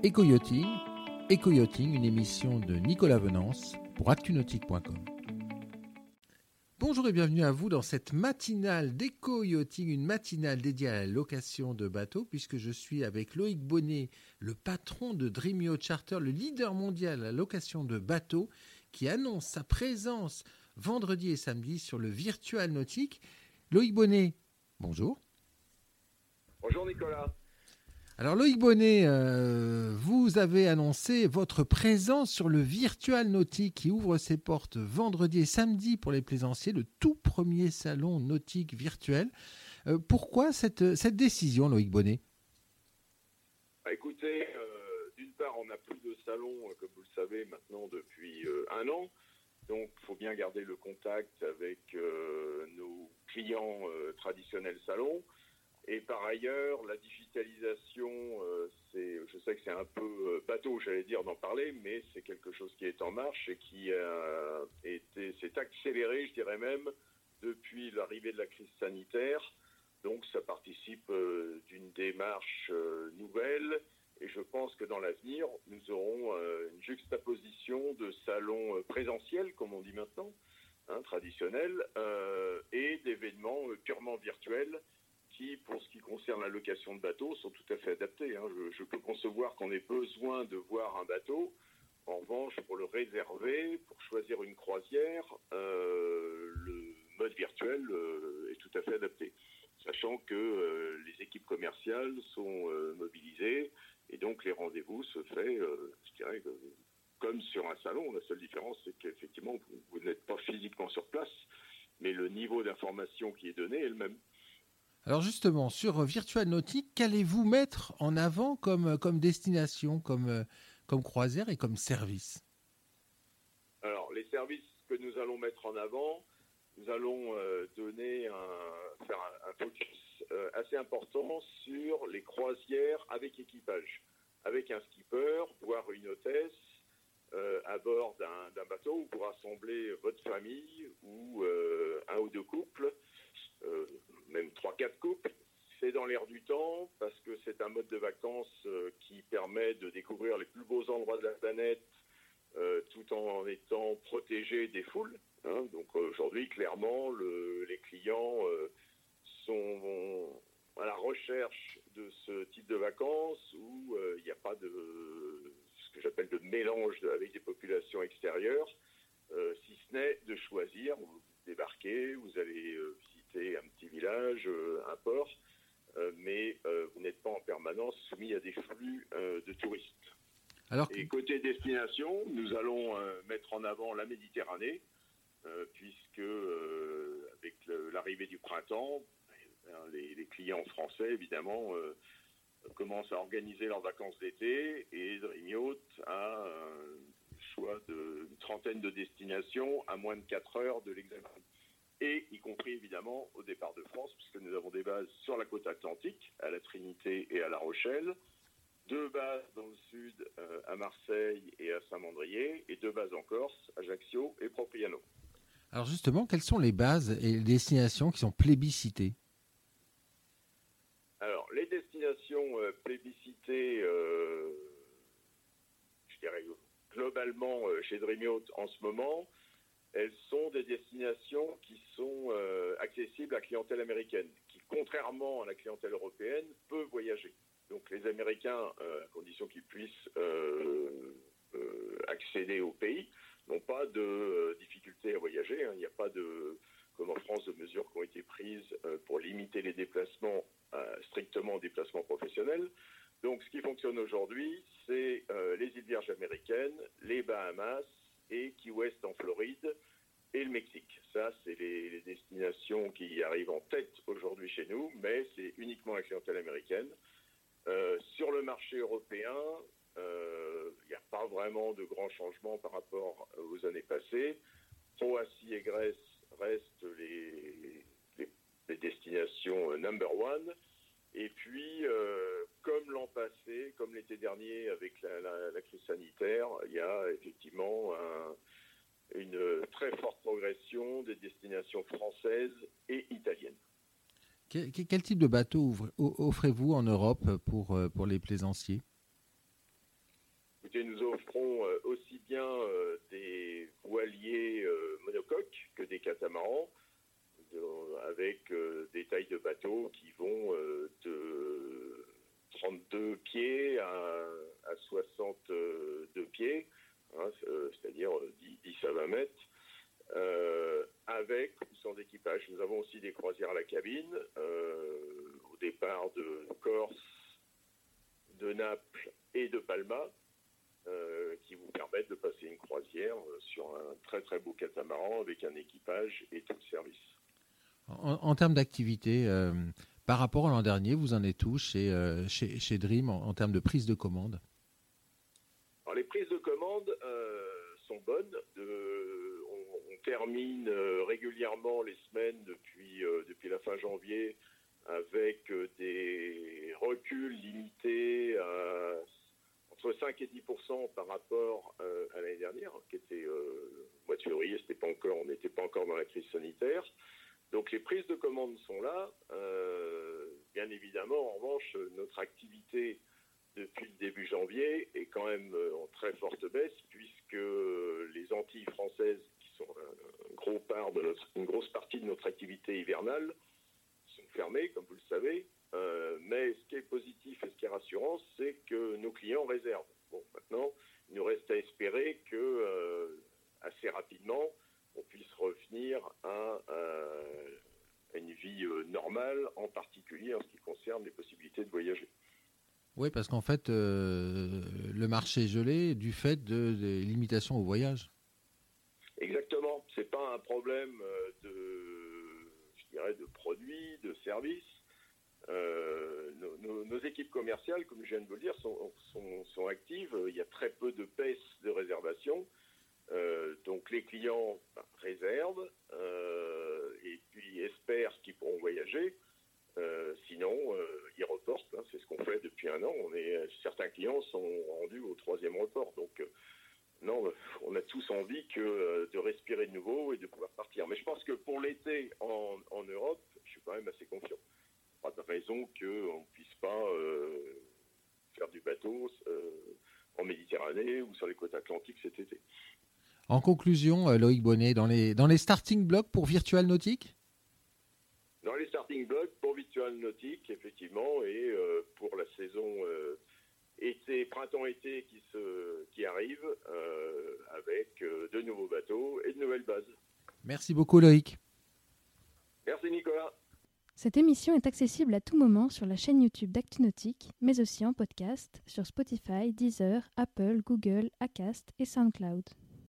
Éco-yachting, une émission de Nicolas Venance pour actunautique.com. Bonjour et bienvenue à vous dans cette matinale d'éco-yachting, une matinale dédiée à la location de bateaux, puisque je suis avec Loïc Bonnet, le patron de Dream Yacht Charter, le leader mondial à la location de bateaux, qui annonce sa présence vendredi et samedi sur le Virtual Nautique. Loïc Bonnet, bonjour. Bonjour Nicolas. Alors Loïc Bonnet, vous avez annoncé votre présence sur le Virtual Nautique qui ouvre ses portes vendredi et samedi pour les plaisanciers, le tout premier salon nautique virtuel. Pourquoi cette décision, Loïc Bonnet ? Écoutez, d'une part, on n'a plus de salon, comme vous le savez, maintenant depuis un an. Donc, il faut bien garder le contact avec nos clients traditionnels salons. Et par ailleurs, la digitalisation, je sais que c'est un peu bateau, j'allais dire, d'en parler, mais c'est quelque chose qui est en marche et qui s'est accéléré, je dirais même, depuis l'arrivée de la crise sanitaire. Donc ça participe d'une démarche nouvelle. Et je pense que dans l'avenir, nous aurons une juxtaposition de salons présentiels, comme on dit maintenant, traditionnels, et d'événements purement virtuels, qui, pour ce qui concerne la location de bateaux, sont tout à fait adaptés. Je peux concevoir qu'on ait besoin de voir un bateau. En revanche, pour le réserver, pour choisir une croisière, le mode virtuel est tout à fait adapté. Sachant que les équipes commerciales sont mobilisées et donc les rendez-vous se fait, je dirais, comme sur un salon. La seule différence, c'est qu'effectivement, vous n'êtes pas physiquement sur place, mais le niveau d'information qui est donné est le même. Alors justement, sur Virtual Nautique, qu'allez-vous mettre en avant comme destination, comme croisière et comme service ? Alors, les services que nous allons mettre en avant, nous allons faire un focus assez important sur les croisières avec équipage, avec un skipper, voire une hôtesse, à bord d'un bateau où vous rassemblez votre famille ou un ou deux couples, même 3-4 couples. C'est dans l'air du temps parce que c'est un mode de vacances qui permet de découvrir les plus beaux endroits de la planète tout en étant protégé des foules. Donc aujourd'hui, clairement, les clients sont à la recherche de ce type de vacances où il n'y a pas de ce que j'appelle de mélange avec des populations extérieures, si ce n'est de choisir. Vous débarquez, vous allez visiter un petit village, un port, mais vous n'êtes pas en permanence soumis à des flux de touristes. Et côté destination, nous allons mettre en avant la Méditerranée, puisque avec l'arrivée du printemps, les clients français, évidemment, commencent à organiser leurs vacances d'été, et Dream Yacht a un choix d'une trentaine de destinations à moins de 4 heures de l'Hexagone. Et y compris évidemment au départ de France, puisque nous avons des bases sur la côte atlantique, à la Trinité et à La Rochelle, 2 bases dans le sud, à Marseille et à Saint-Mandrier, et 2 bases en Corse, Ajaccio et Propriano. Alors justement, quelles sont les bases et les destinations qui sont plébiscitées ? Alors, les destinations plébiscitées, je dirais globalement chez Dream Yacht en ce moment, elles sont des destinations qui sont accessibles à la clientèle américaine, qui, contrairement à la clientèle européenne, peut voyager. Donc les Américains, à condition qu'ils puissent accéder au pays, n'ont pas de difficulté à voyager. Il n'y a pas comme en France, de mesures qui ont été prises pour limiter les déplacements strictement aux déplacements professionnels. Donc ce qui fonctionne aujourd'hui, c'est les îles Vierges américaines, les Bahamas et Key West en Floride et le Mexique. Ça, c'est les destinations qui arrivent en tête aujourd'hui chez nous, mais c'est uniquement la clientèle américaine. Sur le marché européen, il n'y a pas vraiment de grands changements par rapport aux années passées. Croatie et Grèce restent les destinations number one. Et puis, comme l'an passé, comme l'été dernier avec la crise sanitaire, il y a effectivement une très forte progression des destinations françaises et italiennes. Quel type de bateau offrez-vous en Europe pour les plaisanciers ? Écoutez, nous offrons aussi bien des voiliers monocoques que des catamarans, avec des tailles de bateaux qui vont de 32 pieds à 62 pieds, hein, c'est-à-dire 10 à 20 mètres, avec ou sans équipage. Nous avons aussi des croisières à la cabine, au départ de Corse, de Naples et de Palma, qui vous permettent de passer une croisière sur un très très beau catamaran avec un équipage et tout le service. En termes d'activité, par rapport à l'an dernier, vous en êtes où chez Dream en termes de prise de commande? Alors, les prises de commande sont bonnes. On termine régulièrement les semaines depuis la fin janvier avec des reculs limités à entre 5 et 10% par rapport à l'année dernière, qui était au mois de février, on n'était pas encore dans la crise sanitaire. Donc les prises de commandes sont là. Bien évidemment, en revanche, notre activité depuis le début janvier est quand même en très forte baisse, puisque les Antilles françaises, qui sont une grosse partie de notre activité hivernale, sont fermées, comme vous le savez. Mais ce qui est positif et ce qui est rassurant, c'est que nos clients réservent. Bon, maintenant, il nous reste à espérer que assez rapidement, on puisse revenir à une vie normale, en particulier en ce qui concerne les possibilités de voyager. Oui, parce qu'en fait, le marché est gelé du fait des limitations au voyage. Exactement. Ce n'est pas un problème de produits, de services. Nos équipes commerciales, comme je viens de vous le dire, sont actives. Il y a très peu de baisse de réservation. Donc les clients réservent et puis espèrent qu'ils pourront voyager. Sinon, ils reportent. C'est ce qu'on fait depuis un an. Certains clients sont rendus au 3e report. Donc non, on a tous envie de respirer de nouveau et de pouvoir partir. Mais je pense que pour l'été en Europe, je suis quand même assez confiant. Pas de raison qu'on ne puisse pas faire du bateau en Méditerranée ou sur les côtes atlantiques cet été. En conclusion, Loïc Bonnet, dans les starting blocks pour Virtual Nautique? Dans les starting blocks pour Virtual Nautique, effectivement, et pour la saison printemps-été qui arrive, avec de nouveaux bateaux et de nouvelles bases. Merci beaucoup Loïc. Merci Nicolas. Cette émission est accessible à tout moment sur la chaîne YouTube d'ActuNautique, mais aussi en podcast sur Spotify, Deezer, Apple, Google, Acast et SoundCloud.